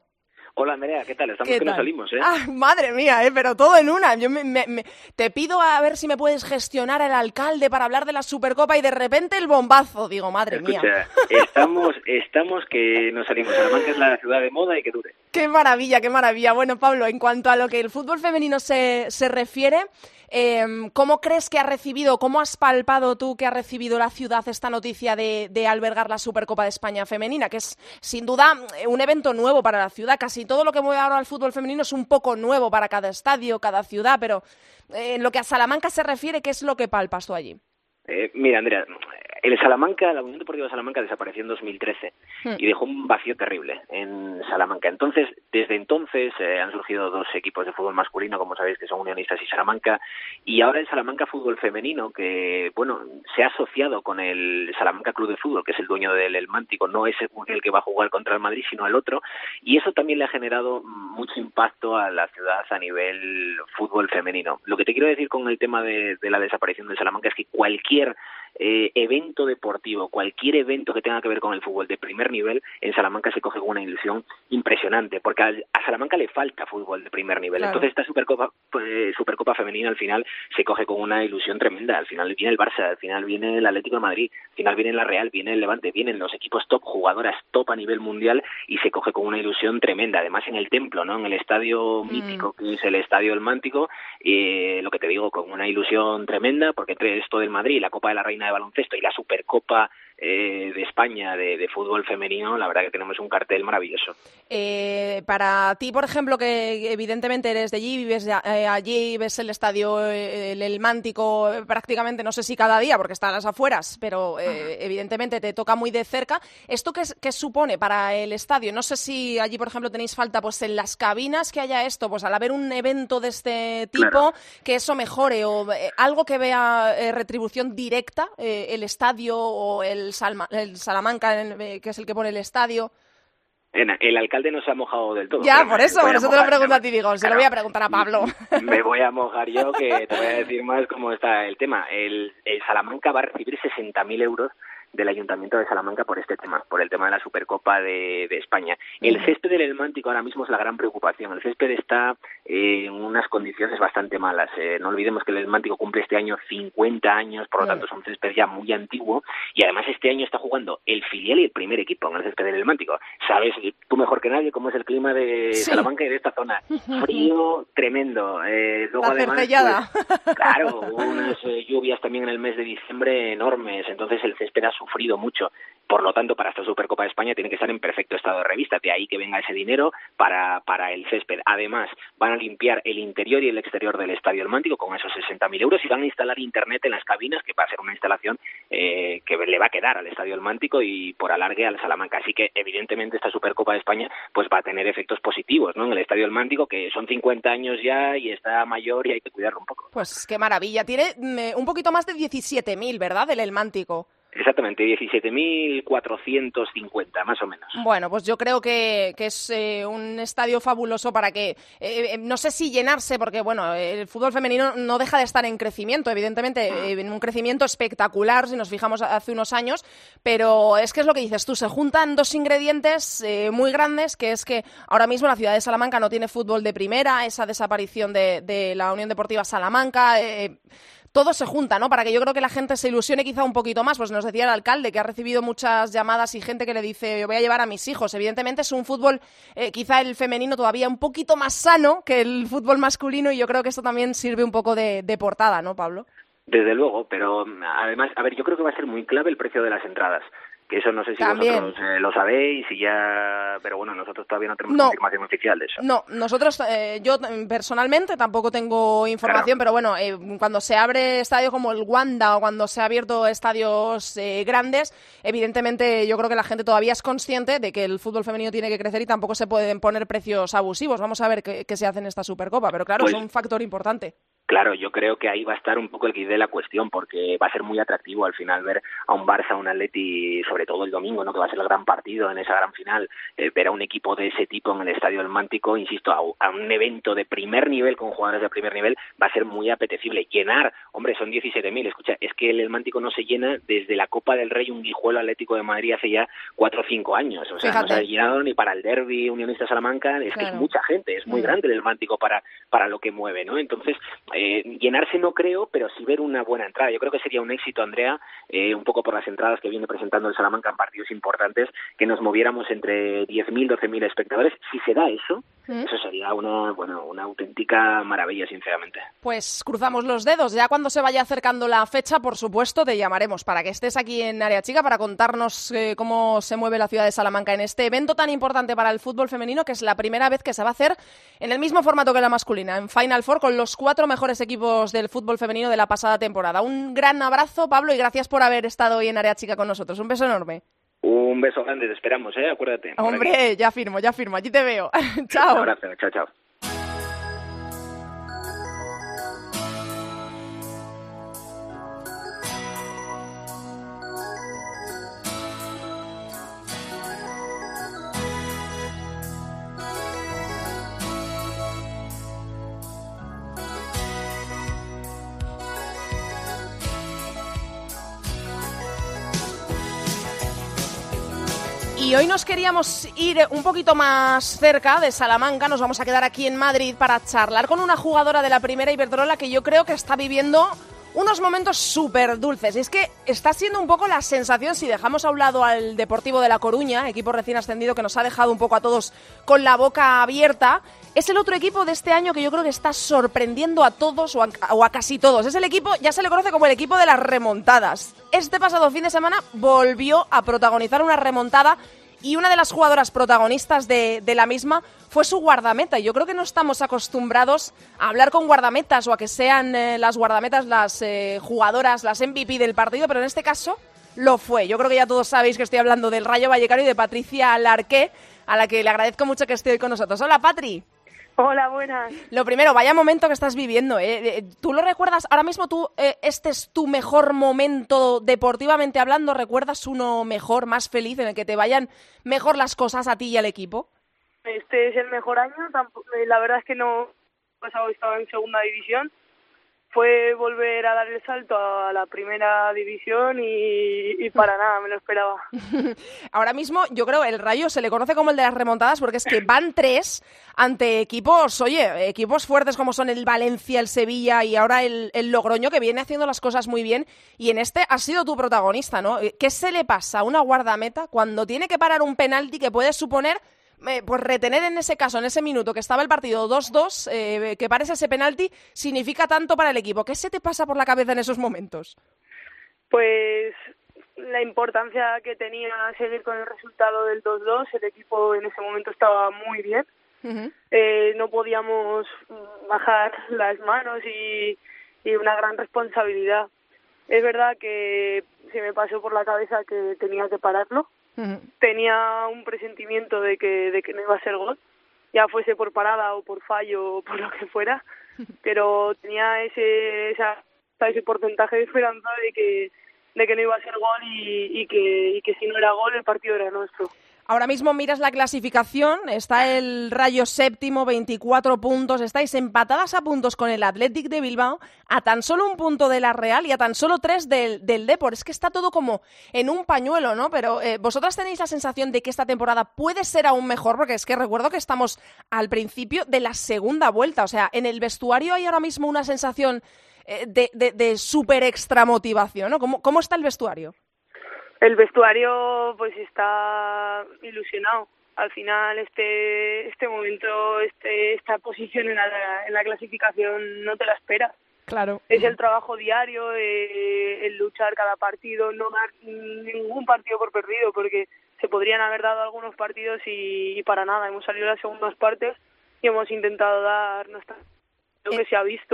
Hola Andrea, ¿qué tal? Estamos ¿Qué que tal? no salimos, ¿eh? Ah, madre mía, ¿eh? Pero todo en una. Yo me, me, me, te pido a ver si me puedes gestionar al alcalde para hablar de la Supercopa y de repente el bombazo. Digo, madre Escucha, mía. estamos, estamos que no salimos. Salamanca es la ciudad de moda y que dure. Qué maravilla, qué maravilla. Bueno, Pablo, en cuanto a lo que el fútbol femenino se, se refiere, eh, ¿cómo crees que ha recibido, cómo has palpado tú que ha recibido la ciudad esta noticia de, de albergar la Supercopa de España femenina? Que es, sin duda, un evento nuevo para la ciudad. Casi todo lo que mueve ahora al fútbol femenino es un poco nuevo para cada estadio, cada ciudad, pero eh, en lo que a Salamanca se refiere, ¿qué es lo que palpas tú allí? Eh, mira, Andrea, el Salamanca, la Unión Deportiva de Salamanca desapareció en dos mil trece hmm. y dejó un vacío terrible en Salamanca. Entonces, desde entonces eh, han surgido dos equipos de fútbol masculino, como sabéis, que son Unionistas y Salamanca, y ahora el Salamanca Fútbol Femenino, que, bueno, se ha asociado con el Salamanca Club de Fútbol, que es el dueño del El Mántico, no es el que va a jugar contra el Madrid, sino el otro, y eso también le ha generado mucho impacto a la ciudad a nivel fútbol femenino. Lo que te quiero decir con el tema de, de la desaparición del Salamanca es que cualquier Eh, evento deportivo, cualquier evento que tenga que ver con el fútbol de primer nivel, en Salamanca se coge con una ilusión impresionante, porque a, a Salamanca le falta fútbol de primer nivel. Claro. Entonces esta Supercopa, eh, Supercopa femenina al final se coge con una ilusión tremenda. Al final viene el Barça, al final viene el Atlético de Madrid, al final viene la Real, viene el Levante, vienen los equipos top, jugadoras top a nivel mundial, y se coge con una ilusión tremenda. Además en el templo, ¿no? En el estadio mm. mítico, que es el Estadio El Mántico, eh, lo que te digo, con una ilusión tremenda, porque entre esto del Madrid, la Copa de la Reina de baloncesto y la Supercopa eh, de España de, de fútbol femenino, la verdad que tenemos un cartel maravilloso. Eh, para ti, por ejemplo, que evidentemente eres de allí, vives de, eh, allí, ves el estadio, eh, el, el Mántico, eh, prácticamente, no sé si cada día, porque está a las afueras, pero eh, uh-huh. evidentemente te toca muy de cerca. ¿Esto qué, qué supone para el estadio? No sé si allí, por ejemplo, tenéis falta pues en las cabinas que haya esto, pues al haber un evento de este tipo, claro. que eso mejore, o eh, algo que vea eh, retribución directa, eh, el estadio o el, Salma, el Salamanca, eh, que es el que pone el estadio. El alcalde no se ha mojado del todo. Ya, por eso, por eso te lo pregunto a ti, digo, se claro, lo voy a preguntar a Pablo. Me voy a mojar yo, que te voy a decir más cómo está el tema. El, el Salamanca va a recibir sesenta mil euros del Ayuntamiento de Salamanca por este tema, por el tema de la Supercopa de, de España. El césped del El Mántico ahora mismo es la gran preocupación. El césped está eh, en unas condiciones bastante malas. Eh, no olvidemos que el El Mántico cumple este año cincuenta años, por lo tanto es un césped ya muy antiguo, y además este año está jugando el filial y el primer equipo en el césped del El Mántico. Sabes tú mejor que nadie cómo es el clima de sí. Salamanca y de esta zona. Frío tremendo. Eh, luego la además, pues, claro, unas eh, lluvias también en el mes de diciembre enormes, entonces el césped ha sufrido mucho. Por lo tanto, para esta Supercopa de España tiene que estar en perfecto estado de revista, de ahí que venga ese dinero para, para el césped. Además, van a limpiar el interior y el exterior del Estadio El Mántico con esos sesenta mil euros y van a instalar internet en las cabinas, que va a ser una instalación eh, que le va a quedar al Estadio El Mántico y por alargue al Salamanca. Así que, evidentemente, esta Supercopa de España pues va a tener efectos positivos, ¿no? En el Estadio El Mántico, que son cincuenta años ya y está mayor y hay que cuidarlo un poco. Pues qué maravilla. Tiene mm, un poquito más de diecisiete mil, ¿verdad?, del El Mántico. Exactamente, diecisiete mil cuatrocientos cincuenta, más o menos. Bueno, pues yo creo que, que es eh, un estadio fabuloso para que, eh, no sé si llenarse, porque bueno, el fútbol femenino no deja de estar en crecimiento, evidentemente, eh, en un crecimiento espectacular, si nos fijamos hace unos años, pero es que es lo que dices tú, se juntan dos ingredientes eh, muy grandes, que es que ahora mismo la ciudad de Salamanca no tiene fútbol de primera, esa desaparición de, de la Unión Deportiva Salamanca, eh, todo se junta, ¿no? Para que yo creo que la gente se ilusione quizá un poquito más. Pues nos decía el alcalde que ha recibido muchas llamadas y gente que le dice, yo voy a llevar a mis hijos. Evidentemente es un fútbol, eh, quizá el femenino todavía un poquito más sano que el fútbol masculino, y yo creo que esto también sirve un poco de, de portada, ¿no, Pablo? Desde luego, pero además, a ver, yo creo que va a ser muy clave el precio de las entradas. Que eso no sé si También. vosotros eh, lo sabéis y ya, pero bueno, nosotros todavía no tenemos no. confirmación oficial de eso. No, nosotros, eh, yo personalmente tampoco tengo información, claro. pero bueno, eh, cuando se abre estadios como el Wanda o cuando se ha abierto estadios eh, grandes, evidentemente yo creo que la gente todavía es consciente de que el fútbol femenino tiene que crecer y tampoco se pueden poner precios abusivos. Vamos a ver qué, qué se hace en esta Supercopa, pero claro, pues, es un factor importante. Claro, yo creo que ahí va a estar un poco el quid de la cuestión, porque va a ser muy atractivo al final ver a un Barça, a un Atleti, sobre todo el domingo, ¿no? Que va a ser el gran partido en esa gran final, eh, ver a un equipo de ese tipo en el Estadio del Mántico, insisto, a, a un evento de primer nivel con jugadores de primer nivel, va a ser muy apetecible. Llenar, hombre, son diecisiete mil, escucha, es que el, el Mántico no se llena desde la Copa del Rey, un Guijuelo Atlético de Madrid hace ya cuatro o cinco años, o sea, Fíjate. no se ha llenado ni para el derbi Unionista Salamanca, es claro. que es mucha gente, es muy mm. grande el Mántico para, para lo que mueve, ¿no? Entonces, Eh, llenarse no creo, pero sí ver una buena entrada. Yo creo que sería un éxito, Andrea, eh, un poco por las entradas que viene presentando el Salamanca en partidos importantes, que nos moviéramos entre diez mil, doce mil espectadores. Si se da eso, ¿Mm? eso sería una, bueno, una auténtica maravilla, sinceramente. Pues cruzamos los dedos. Ya cuando se vaya acercando la fecha, por supuesto, te llamaremos para que estés aquí en Área Chica para contarnos eh, cómo se mueve la ciudad de Salamanca en este evento tan importante para el fútbol femenino, que es la primera vez que se va a hacer en el mismo formato que la masculina, en Final Four, con los cuatro mejores equipos del fútbol femenino de la pasada temporada. Un gran abrazo, Pablo, y gracias por haber estado hoy en Área Chica con nosotros. Un beso enorme. Un beso grande, te esperamos, ¿eh? Acuérdate. Hombre, ya firmo, ya firmo. Allí te veo. Chao. Un abrazo, chao, chao. Y hoy nos queríamos ir un poquito más cerca de Salamanca, nos vamos a quedar aquí en Madrid para charlar con una jugadora de la Primera Iberdrola que yo creo que está viviendo unos momentos súper dulces. Y es que está siendo un poco la sensación, si dejamos a un lado al Deportivo de La Coruña, equipo recién ascendido que nos ha dejado un poco a todos con la boca abierta, es el otro equipo de este año que yo creo que está sorprendiendo a todos o a, o a casi todos. Es el equipo, ya se le conoce como el equipo de las remontadas. Este pasado fin de semana volvió a protagonizar una remontada y una de las jugadoras protagonistas de, de la misma fue su guardameta. Yo creo que no estamos acostumbrados a hablar con guardametas o a que sean eh, las guardametas las eh, jugadoras, las M V P del partido, pero en este caso lo fue. Yo creo que ya todos sabéis que estoy hablando del Rayo Vallecano y de Patricia Larqué, a la que le agradezco mucho que esté hoy con nosotros. Hola, Patri. Hola, buenas. Lo primero, vaya momento que estás viviendo, ¿eh? ¿Tú lo recuerdas? Ahora mismo tú, eh, este es tu mejor momento deportivamente hablando. ¿Recuerdas uno mejor, más feliz, en el que te vayan mejor las cosas a ti y al equipo? Este es el mejor año. La verdad es que no pasado estaba en segunda división. Fue volver a dar el salto a la primera división y, y para nada, me lo esperaba. Ahora mismo yo creo el Rayo se le conoce como el de las remontadas porque es que van tres ante equipos, oye, equipos fuertes como son el Valencia, el Sevilla y ahora el, el Logroño, que viene haciendo las cosas muy bien, y en este has sido tu protagonista, ¿no? ¿Qué se le pasa a una guardameta cuando tiene que parar un penalti que puede suponer Eh, pues retener en ese caso, en ese minuto que estaba el partido dos dos, eh, que parece ese penalti, significa tanto para el equipo? ¿Qué se te pasa por la cabeza en esos momentos? Pues la importancia que tenía seguir con el resultado del dos dos. El equipo en ese momento estaba muy bien. Uh-huh. Eh, no podíamos bajar las manos y, y una gran responsabilidad. Es verdad que se me pasó por la cabeza que tenía que pararlo. Uh-huh. Tenía un presentimiento de que de que no iba a ser gol, ya fuese por parada o por fallo o por lo que fuera, pero tenía ese esa, ese porcentaje de esperanza de que de que no iba a ser gol y, y que y que si no era gol el partido era nuestro. Ahora mismo miras la clasificación, está el Rayo séptimo, veinticuatro puntos, estáis empatadas a puntos con el Athletic de Bilbao, a tan solo un punto de la Real y a tan solo tres del, del Depor. Es que está todo como en un pañuelo, ¿no? Pero eh, vosotras tenéis la sensación de que esta temporada puede ser aún mejor, porque es que recuerdo que estamos al principio de la segunda vuelta, o sea, en el vestuario hay ahora mismo una sensación eh, de, de, de súper extra motivación, ¿no? ¿Cómo, cómo está el vestuario? El vestuario pues está ilusionado. Al final este este momento, este esta posición en la, en la clasificación no te la esperas. Claro. Es el trabajo diario, eh, el luchar cada partido, no dar ningún partido por perdido, porque se podrían haber dado algunos partidos y, y para nada. Hemos salido las segundas partes y hemos intentado dar nuestra, lo que eh. se ha visto.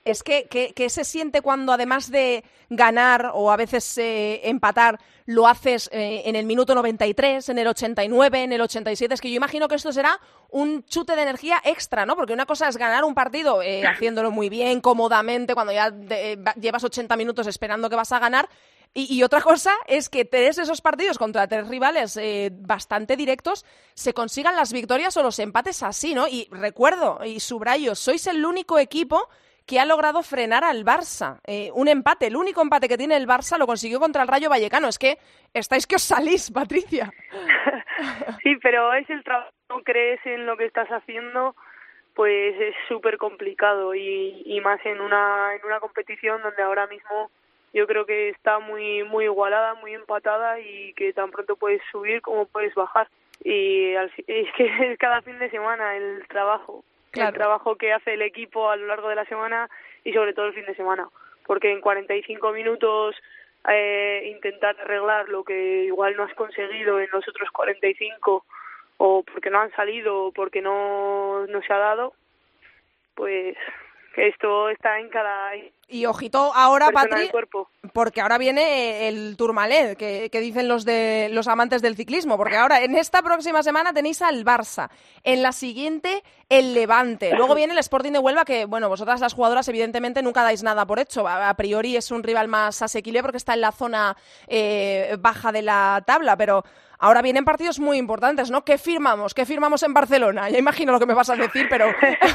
Es que, que, que se siente cuando, además de ganar o a veces eh, empatar, lo haces eh, en el minuto noventa y tres, en el ochenta y nueve, en el ochenta y siete. Es que yo imagino que esto será un chute de energía extra, ¿no? Porque una cosa es ganar un partido eh, haciéndolo muy bien, cómodamente, cuando ya de, llevas ochenta minutos esperando que vas a ganar. Y, y otra cosa es que tres esos partidos contra tres rivales eh, bastante directos se consigan las victorias o los empates así, ¿no? Y recuerdo y subrayo, sois el único equipo que ha logrado frenar al Barça. Eh, un empate, el único empate que tiene el Barça lo consiguió contra el Rayo Vallecano. Es que estáis que os salís, Patricia. Sí, pero es el trabajo, no crees en lo que estás haciendo, pues es súper complicado y, y más en una en una competición donde ahora mismo yo creo que está muy muy igualada, muy empatada y que tan pronto puedes subir como puedes bajar. Y al, es que es cada fin de semana el trabajo. Claro. El trabajo que hace el equipo a lo largo de la semana y sobre todo el fin de semana, porque en cuarenta y cinco minutos eh, intentar arreglar lo que igual no has conseguido en los otros cuarenta y cinco o porque no han salido o porque no, no se ha dado, pues esto está en cada... Y ojito ahora, Patri, porque ahora viene el Tourmalet, que, que dicen los de los amantes del ciclismo, porque ahora en esta próxima semana tenéis al Barça, en la siguiente el Levante, luego viene el Sporting de Huelva, que bueno, vosotras las jugadoras evidentemente nunca dais nada por hecho, a, a priori es un rival más asequible porque está en la zona eh, baja de la tabla, pero ahora vienen partidos muy importantes, ¿no? ¿Qué firmamos? ¿Qué firmamos en Barcelona? Ya imagino lo que me vas a decir, pero...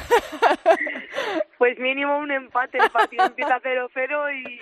Pues mínimo un empate, el partido empieza cero cero y,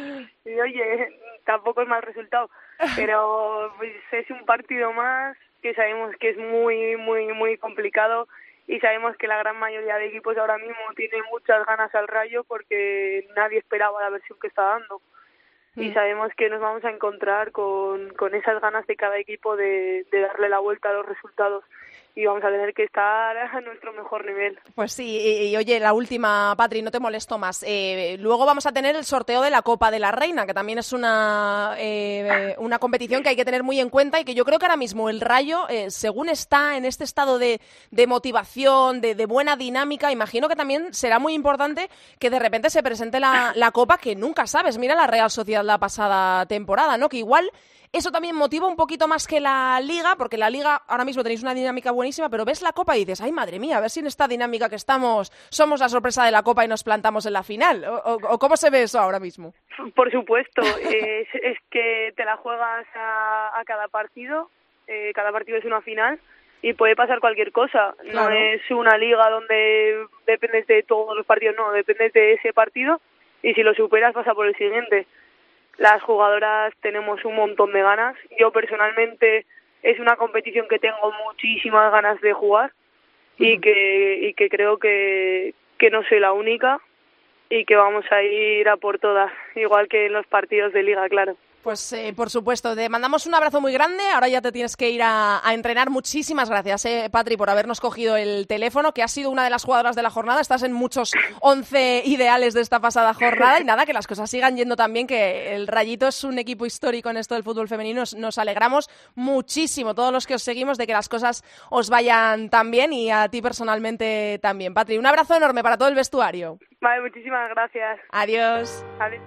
y oye, tampoco es mal resultado, pero pues es un partido más que sabemos que es muy, muy, muy complicado y sabemos que la gran mayoría de equipos ahora mismo tienen muchas ganas al Rayo porque nadie esperaba la versión que está dando. Y sabemos que nos vamos a encontrar con, con esas ganas de cada equipo de, de darle la vuelta a los resultados y vamos a tener que estar a nuestro mejor nivel. Pues sí, y, y oye, la última, Patri, no te molesto más. Eh, luego vamos a tener el sorteo de la Copa de la Reina, que también es una, eh, una competición que hay que tener muy en cuenta y que yo creo que ahora mismo el Rayo, eh, según está en este estado de, de motivación, de, de buena dinámica, imagino que también será muy importante que de repente se presente la, la Copa, que nunca sabes. Mira la Real Sociedad la pasada temporada, ¿no? Que igual eso también motiva un poquito más que la Liga, porque la Liga ahora mismo tenéis una dinámica buenísima, pero ves la Copa y dices, ay, madre mía, a ver si en esta dinámica que estamos somos la sorpresa de la Copa y nos plantamos en la final. ¿O, o, o cómo se ve eso ahora mismo? Por supuesto, es, es que te la juegas a, a cada partido, eh, cada partido es una final y puede pasar cualquier cosa. Claro. No es una Liga donde dependes de todos los partidos, no, dependes de ese partido y si lo superas pasa por el siguiente. Las jugadoras tenemos un montón de ganas. Yo personalmente es una competición que tengo muchísimas ganas de jugar y que y que creo que, que no soy la única y que vamos a ir a por todas, igual que en los partidos de Liga, claro. Pues eh, por supuesto, te mandamos un abrazo muy grande, ahora ya te tienes que ir a, a entrenar. Muchísimas gracias, eh, Patri, por habernos cogido el teléfono, que has sido una de las jugadoras de la jornada, estás en muchos once ideales de esta pasada jornada y nada, que las cosas sigan yendo tan bien, que el Rayito es un equipo histórico en esto del fútbol femenino, nos, nos alegramos muchísimo, todos los que os seguimos, de que las cosas os vayan tan bien y a ti personalmente también. Patri, un abrazo enorme para todo el vestuario. Vale, muchísimas gracias. Adiós. Adiós.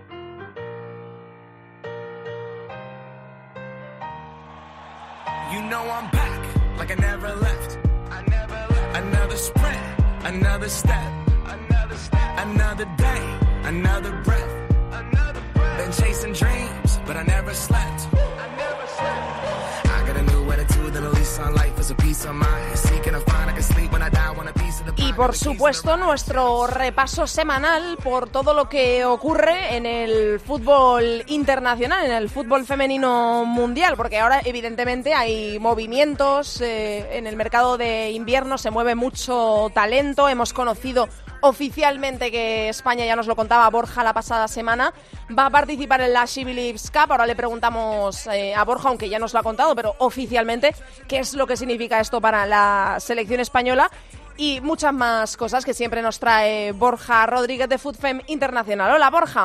You know I'm back, like I never left. I never left. Another sprint, another step, another step, another day, another breath, another breath. Been chasing dreams, but I never slept. I never slept. I got a new attitude and a lease on life is a piece of mind. Seeking a find I can sleep when I die, want a piece of the pie. Y por supuesto nuestro repaso semanal por todo lo que ocurre en el fútbol internacional, en el fútbol femenino mundial, porque ahora evidentemente hay movimientos, eh, en el mercado de invierno se mueve mucho talento, hemos conocido oficialmente que España, ya nos lo contaba Borja la pasada semana, va a participar en la She Believes Cup. Ahora le preguntamos eh, a Borja, aunque ya nos lo ha contado, pero oficialmente, ¿qué es lo que significa esto para la selección española? Y muchas más cosas que siempre nos trae Borja Rodríguez de FoodFem Internacional. Hola, Borja.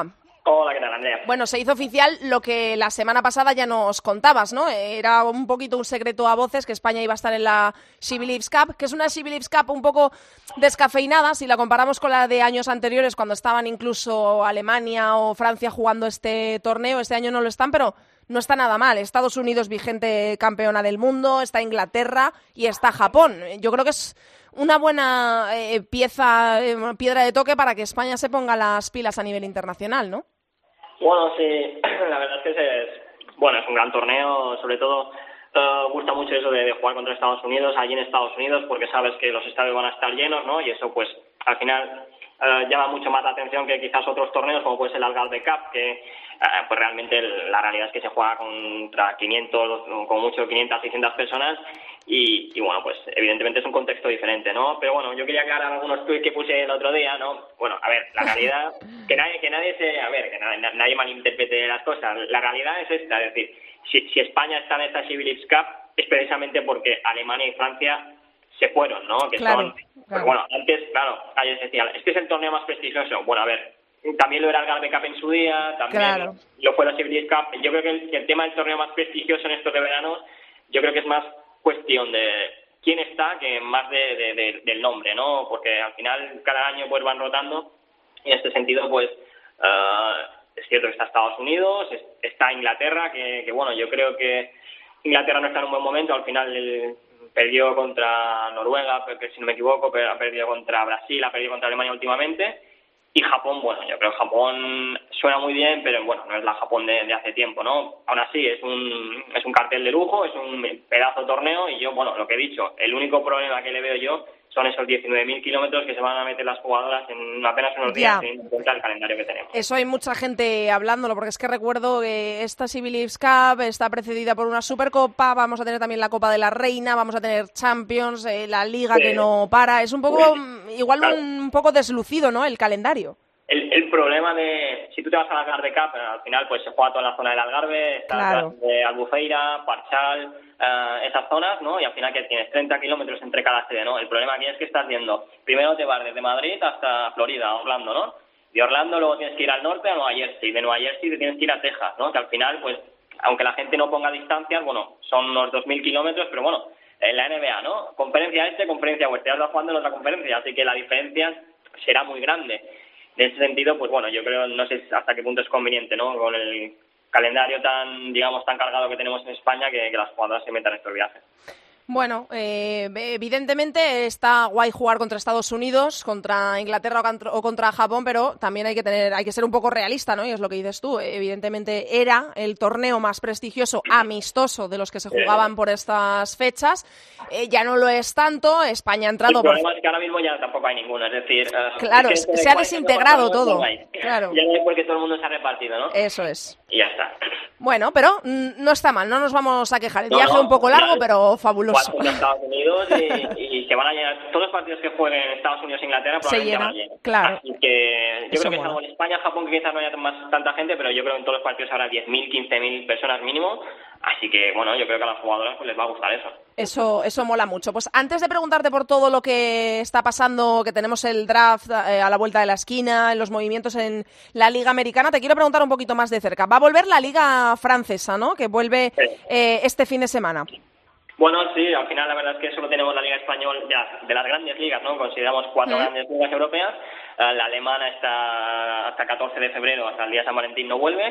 Hola, ¿qué tal, Andrea? Bueno, se hizo oficial lo que la semana pasada ya nos contabas, ¿no? Era un poquito un secreto a voces que España iba a estar en la She Believes Cup, que es una She Believes Cup un poco descafeinada si la comparamos con la de años anteriores, cuando estaban incluso Alemania o Francia jugando este torneo. Este año no lo están, pero no está nada mal. Estados Unidos, vigente campeona del mundo, está Inglaterra y está Japón. Yo creo que es una buena eh, pieza, eh, piedra de toque para que España se ponga las pilas a nivel internacional, ¿no? Bueno, sí, la verdad es que es, bueno, es un gran torneo, sobre todo uh, gusta mucho eso de, de jugar contra Estados Unidos, allí en Estados Unidos, porque sabes que los estadios van a estar llenos, ¿no? Y eso, pues, al final uh, llama mucho más la atención que quizás otros torneos, como puede ser el Algarve Cup, que uh, pues realmente la realidad es que se juega contra quinientos, con mucho quinientas, seiscientas personas, y, y bueno, pues evidentemente es un contexto diferente, ¿no? Pero bueno, yo quería aclarar algunos tweets que puse el otro día, ¿no? Bueno, a ver, la realidad, que nadie, que nadie se, a ver, que nadie, nadie malinterprete las cosas, la realidad es esta, es decir, si, si España está en esta She Believes Cup es precisamente porque Alemania y Francia se fueron, ¿no? Que claro, son, claro. Pues bueno, antes, claro, ayer decía, este es el torneo más prestigioso. Bueno, a ver, también lo era el Algarve Cup en su día, también claro. lo fue la She Believes Cup. Yo creo que el, que el tema del torneo más prestigioso en estos de verano, yo creo que es más cuestión de quién está que más de, de, de, del nombre, ¿no? Porque al final cada año pues van rotando y en este sentido pues uh, es cierto que está Estados Unidos, es, está Inglaterra, que, que bueno, yo creo que Inglaterra no está en un buen momento, al final el, perdió contra Noruega, que si no me equivoco, pero ha perdido contra Brasil, ha perdido contra Alemania últimamente. Y Japón, bueno, yo creo que Japón suena muy bien, pero bueno, no es la Japón de, de hace tiempo, ¿no? Aún así, es un es un cartel de lujo, es un pedazo de torneo y yo, bueno, lo que he dicho, el único problema que le veo yo son esos diecinueve mil kilómetros que se van a meter las jugadoras en apenas unos días, teniendo en cuenta el calendario que tenemos. Eso hay mucha gente hablándolo, porque es que recuerdo que esta She Believes Cup está precedida por una Supercopa, vamos a tener también la Copa de la Reina, vamos a tener Champions, eh, la Liga sí. que no para, es un poco, igual claro. un, un poco deslucido, ¿no?, el calendario. El, el problema de, si tú te vas al Algarve Cup, al final pues se juega toda la zona del Algarve, está claro. de Albufeira, Parchal, uh, esas zonas, ¿no? Y al final que tienes treinta kilómetros entre cada sede, ¿no? El problema aquí es que estás viendo, primero te vas desde Madrid hasta Florida, Orlando, ¿no? De Orlando luego tienes que ir al norte a Nueva Jersey, de Nueva Jersey te tienes que ir a Texas, ¿no? Que al final, pues, aunque la gente no ponga distancias, bueno, son unos dos mil kilómetros, pero bueno, en la N B A, ¿no? Conferencia este, conferencia oeste, ya vas jugando en otra conferencia, así que la diferencia será muy grande. En ese sentido, pues bueno, yo creo, no sé hasta qué punto es conveniente, ¿no? Con el calendario tan, digamos, tan cargado que tenemos en España, que, que las jugadoras se metan en estos viajes. Bueno, eh, evidentemente está guay jugar contra Estados Unidos, contra Inglaterra o contra Japón, pero también hay que tener, hay que ser un poco realista, ¿no? Y es lo que dices tú. Evidentemente era el torneo más prestigioso, amistoso de los que se jugaban por estas fechas. Eh, ya no lo es tanto. España ha entrado. El problema por... es que ahora mismo ya tampoco hay ninguno. Es decir, uh, claro, es que se ha desintegrado todo. Claro. Ya no es porque todo el mundo se ha repartido, ¿no? Eso es. Y ya está. Bueno, pero mm, no está mal, no nos vamos a quejar. El no, viaje no, un poco largo, claro. pero fabuloso. Contra Estados Unidos y, y se van a llenar todos los partidos que jueguen en Estados Unidos e Inglaterra probablemente se llena, van a llenar. Claro. Así que yo Eso creo que mola. salvo en España, Japón, que quizás no haya más tanta gente, pero yo creo que en todos los partidos habrá diez mil, quince mil personas mínimo. Así que, bueno, yo creo que a las jugadoras pues les va a gustar eso. Eso, eso mola mucho. Pues antes de preguntarte por todo lo que está pasando, que tenemos el draft eh, a la vuelta de la esquina, los movimientos en la Liga Americana, te quiero preguntar un poquito más de cerca. Va a volver la Liga Francesa, ¿no?, que vuelve sí. eh, este fin de semana. Bueno, sí, al final la verdad es que solo tenemos la Liga Española ya, de las grandes ligas, ¿no? Consideramos cuatro ¿Mm? grandes ligas europeas. La alemana está hasta catorce de febrero, hasta el día de San Valentín no vuelve.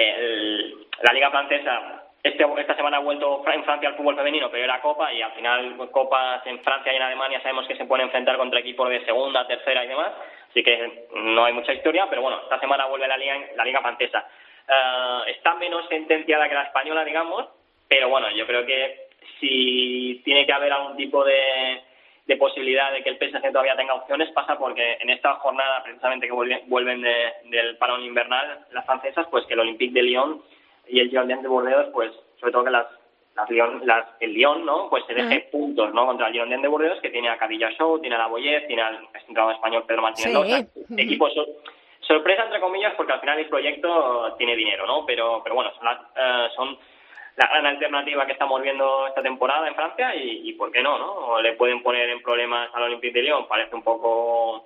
El, la Liga Francesa este, esta semana ha vuelto en Francia al fútbol femenino, pero era Copa, y al final Copas en Francia y en Alemania sabemos que se pueden enfrentar contra equipos de segunda, tercera y demás, así que no hay mucha historia, pero bueno, esta semana vuelve la Liga, la Liga Francesa. Uh, está menos sentenciada que la española, digamos, pero bueno, yo creo que si tiene que haber algún tipo de, de posibilidad de que el P S G todavía tenga opciones, pasa porque en esta jornada, precisamente que vuelven, vuelven de, del parón invernal, las francesas, pues que el Olympique de Lyon y el Girondins de Burdeos, pues sobre todo que las, las Lyon, las, el Lyon, ¿no?, pues se deje uh-huh. puntos, ¿no?, contra el Girondins de Burdeos, que tiene a Cadilla Show, tiene a La Boyet, tiene al entrenador español Pedro Martínez Loza, sí. uh-huh. equipos so, sorpresa entre comillas, porque al final el proyecto tiene dinero, ¿no?, pero pero bueno, son las, uh, son la gran alternativa que estamos viendo esta temporada en Francia y, y ¿por qué no, no? O le pueden poner en problemas al Olympique de Lyon, parece un poco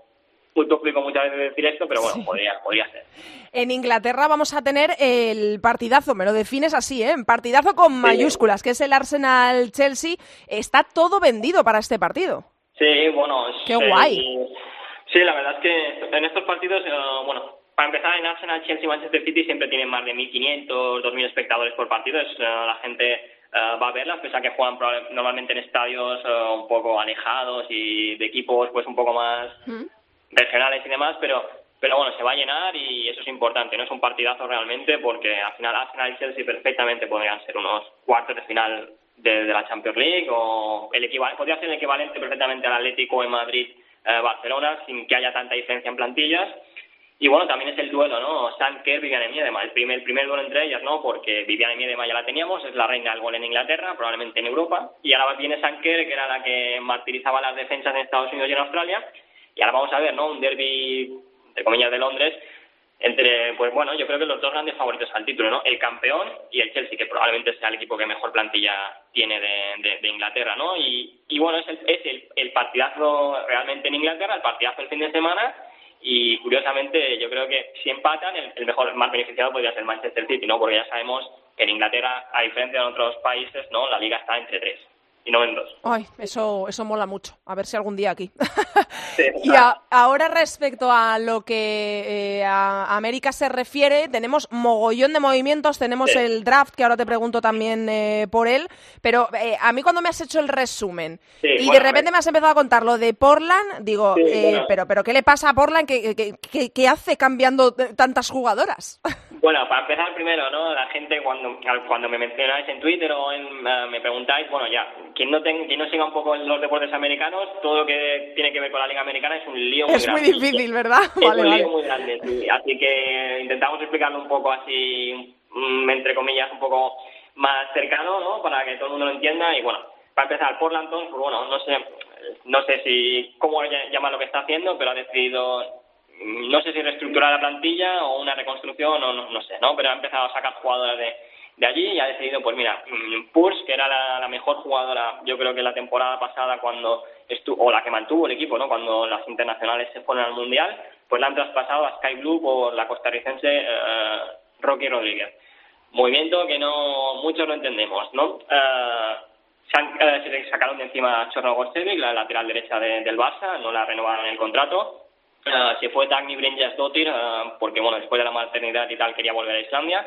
muy tópico muchas veces decir esto, pero bueno, sí. podría, podría ser. En Inglaterra vamos a tener el partidazo, me lo defines así, ¿eh? Partidazo con mayúsculas, sí. que es el Arsenal-Chelsea. Está todo vendido para este partido. Sí, bueno... ¡Qué sí, guay! Sí, la verdad es que en estos partidos, uh, bueno, para empezar en Arsenal, Chelsea y Manchester City siempre tienen más de mil quinientos, dos mil espectadores por partido. Es, uh, la gente uh, va a verlas, pese a que juegan normalmente en estadios uh, un poco alejados y de equipos pues un poco más ¿Mm? regionales y demás, pero pero bueno, se va a llenar y eso es importante. No es un partidazo realmente porque al final Arsenal y Chelsea perfectamente podrían ser unos cuartos de final de, de la Champions League o el equivalente, podría ser el equivalente perfectamente al Atlético en Madrid eh, Barcelona sin que haya tanta diferencia en plantillas. Y bueno, también es el duelo, ¿no? Sam Kerr, Viviane Miedema, el primer, el primer duelo entre ellas, ¿no? Porque Viviane Miedema ya la teníamos, es la reina del gol en Inglaterra, probablemente en Europa, y ahora viene Sam Kerr, que era la que martirizaba las defensas en Estados Unidos y en Australia, y ahora vamos a ver, ¿no? Un derbi, entre comillas, de Londres, entre, pues bueno, yo creo que los dos grandes favoritos al título, ¿no? El campeón y el Chelsea, que probablemente sea el equipo que mejor plantilla tiene de, de, de Inglaterra, ¿no? Y, y bueno, es, el, es el, el partidazo realmente en Inglaterra, el partidazo el fin de semana. Y curiosamente yo creo que si empatan el, el mejor, más beneficiado podría ser Manchester City, ¿no? Porque ya sabemos que en Inglaterra, a diferencia de otros países, ¿no? La liga está entre tres y no en dos. Ay, eso eso mola mucho. A ver si algún día aquí. Sí, y a, ahora respecto a lo que eh, a América se refiere, tenemos mogollón de movimientos, tenemos sí. el draft, que ahora te pregunto también eh, por él, pero eh, a mí cuando me has hecho el resumen sí, y bueno, de repente me has empezado a contar lo de Portland, digo, sí, eh, bueno. pero pero ¿qué le pasa a Portland? ¿Qué, qué, qué, qué hace cambiando tantas jugadoras? Bueno, para empezar primero, ¿no? La gente cuando cuando me mencionáis en Twitter o en, uh, me preguntáis, bueno, ya, quien no ten, quien no siga un poco en los deportes americanos, todo lo que tiene que ver con la liga americana es un lío muy es grande. Es muy difícil, ¿verdad? Es vale, un lío vale. muy grande, sí. Así que intentamos explicarlo un poco así, entre comillas, un poco más cercano, ¿no? Para que todo el mundo lo entienda. Y bueno, para empezar, Portland, pues bueno, no sé, no sé si cómo llamar lo que está haciendo, pero ha decidido, no sé si reestructurar la plantilla o una reconstrucción o no, no sé, ¿no? Pero ha empezado a sacar jugadoras de, de allí y ha decidido, pues mira, Purs, que era la, la mejor jugadora, yo creo que la temporada pasada cuando estuvo, o la que mantuvo el equipo, ¿no? Cuando las internacionales se fueron al Mundial, pues la han traspasado a Sky Blue por la costarricense eh, Rocky Rodríguez. Movimiento que no muchos lo entendemos, ¿no? Eh, se, han, eh, se sacaron de encima a Chornogorsevic, la lateral derecha de, del Barça, no la renovaron el contrato. Uh, se fue Dagny Brynjarsdottir uh, porque bueno, después de la maternidad y tal quería volver a Islandia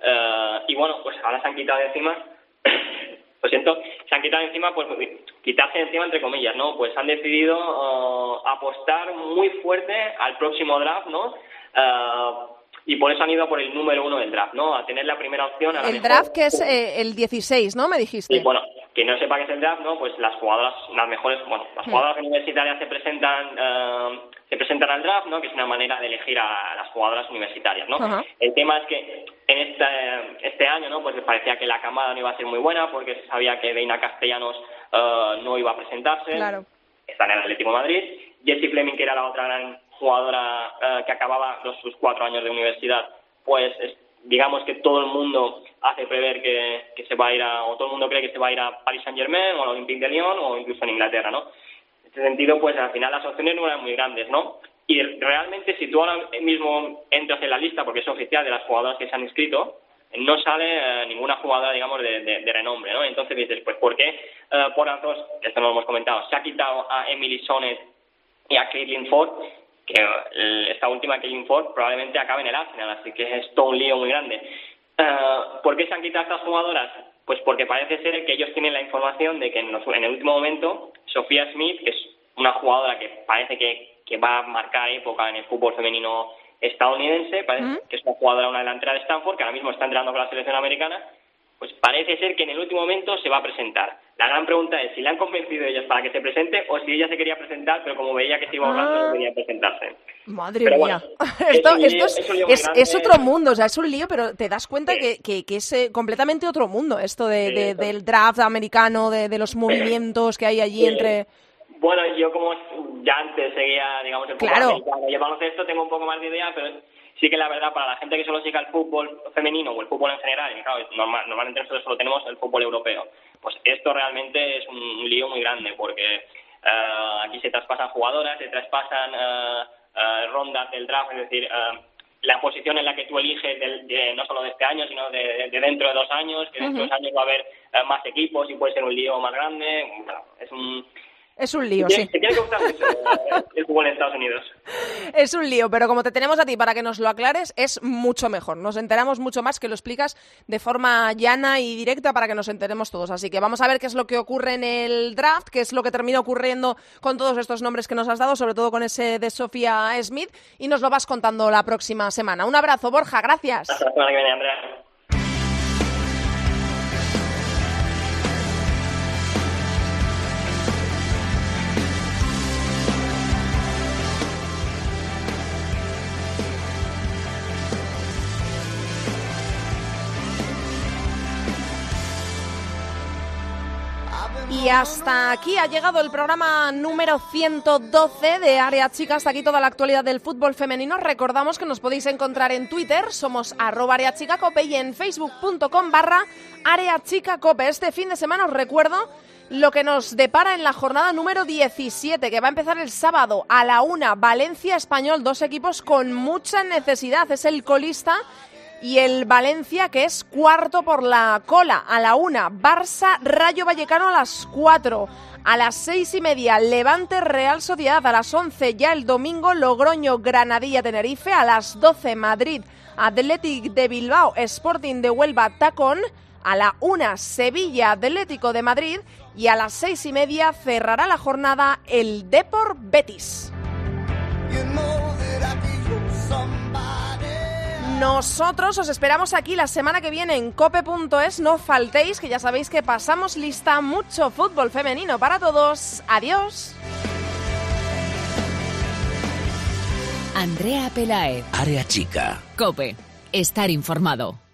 uh, y bueno, pues ahora se han quitado de encima lo siento, se han quitado de encima, pues quitarse de encima entre comillas, ¿no? Pues han decidido uh, apostar muy fuerte al próximo draft, ¿no? Uh, y por eso han ido por el número uno del draft, ¿no? A tener la primera opción a la el mejor... draft que es eh, el dieciséis, ¿no? Me dijiste. Sí, bueno, que no sepa qué es el draft, ¿no? Pues las jugadoras, las mejores, bueno, las jugadoras mm. universitarias se presentan uh, se presentan al draft, ¿no? Que es una manera de elegir a las jugadoras universitarias, ¿no? Uh-huh. El tema es que en este este año, ¿no? Pues parecía que la camada no iba a ser muy buena porque se sabía que Deina Castellanos uh, no iba a presentarse. Claro. Está en el Atlético de Madrid. Jessie Fleming, que era la otra gran jugadora uh, que acababa los, sus cuatro años de universidad, pues es, digamos que todo el mundo hace prever que, que se va a ir a, o todo el mundo cree que se va a ir a Paris Saint-Germain o al Olympique de Lyon o incluso en Inglaterra, ¿no? En este sentido, pues al final las opciones no eran muy grandes, ¿no? Y realmente si tú ahora mismo entras en la lista, porque es oficial de las jugadoras que se han inscrito, no sale eh, ninguna jugadora, digamos, de, de, de renombre, ¿no? Entonces dices, pues ¿por qué eh, por Anzos, esto no lo hemos comentado, se ha quitado a Emily Sonnet y a Caitlin Ford, que eh, esta última Caitlin Ford probablemente acabe en el Arsenal, así que es todo un lío muy grande. Uh, ¿Por qué se han quitado estas jugadoras? Pues porque parece ser que ellos tienen la información de que en, los, en el último momento Sofía Smith, que es una jugadora que parece que, que va a marcar época en el fútbol femenino estadounidense, parece ¿Mm? que es una jugadora, una delantera de Stanford, que ahora mismo está entrenando con la selección americana, pues parece ser que en el último momento se va a presentar. La gran pregunta es si le han convencido ellas para que se presente o si ella se quería presentar, pero como veía que se iba ahorrando, ah. no quería presentarse. Madre pero mía. Bueno, esto, es, esto es, es, es, es otro mundo, o sea, es un lío, pero te das cuenta sí. que, que, que es eh, completamente otro mundo, esto de, sí, de, del draft americano, de, de los movimientos que hay allí sí. entre... Bueno, yo como ya antes seguía, digamos, el fútbol claro. americano y el baloncesto, tengo un poco más de idea, pero sí que la verdad, para la gente que solo siga el fútbol femenino o el fútbol en general, y claro, normal, normalmente nosotros solo tenemos el fútbol europeo, pues esto realmente es un lío muy grande, porque uh, aquí se traspasan jugadoras, se traspasan uh, uh, rondas del draft, es decir, uh, la posición en la que tú eliges de, de, no solo de este año, sino de, de dentro de dos años, que dentro uh-huh. de dos años va a haber uh, más equipos y puede ser un lío más grande. Bueno, es un... Es un lío, te, sí. Te tiene que gustar mucho el fútbol en Estados Unidos. Es un lío, pero como te tenemos a ti para que nos lo aclares, es mucho mejor. Nos enteramos mucho más, que lo explicas de forma llana y directa para que nos enteremos todos. Así que vamos a ver qué es lo que ocurre en el draft, qué es lo que termina ocurriendo con todos estos nombres que nos has dado, sobre todo con ese de Sophia Smith, y nos lo vas contando la próxima semana. Un abrazo, Borja, gracias. Hasta la semana que viene, Andrea. Y hasta aquí ha llegado el programa número ciento doce de Área Chica. Hasta aquí toda la actualidad del fútbol femenino. Recordamos que nos podéis encontrar en Twitter, somos arroba Área Chica Cope, y en facebook.com barra Área Chica Cope. Este fin de semana os recuerdo lo que nos depara en la jornada número diecisiete, que va a empezar el sábado a la una. Valencia Español, dos equipos con mucha necesidad. Es el colista y el Valencia, que es cuarto por la cola. A la una, Barça Rayo Vallecano a las cuatro. A las seis y media, Levante Real Sociedad. A las once, ya el domingo, Logroño Granadilla Tenerife. A las doce, Madrid Athletic de Bilbao Sporting de Huelva Tacón. A la una, Sevilla Atlético de Madrid. Y a las seis y media cerrará la jornada el Depor Betis. Nosotros os esperamos aquí la semana que viene en cope punto es. No faltéis, que ya sabéis que pasamos lista. Mucho fútbol femenino para todos. Adiós. Andrea Pelaez. Área Chica. Cope. Estar informado.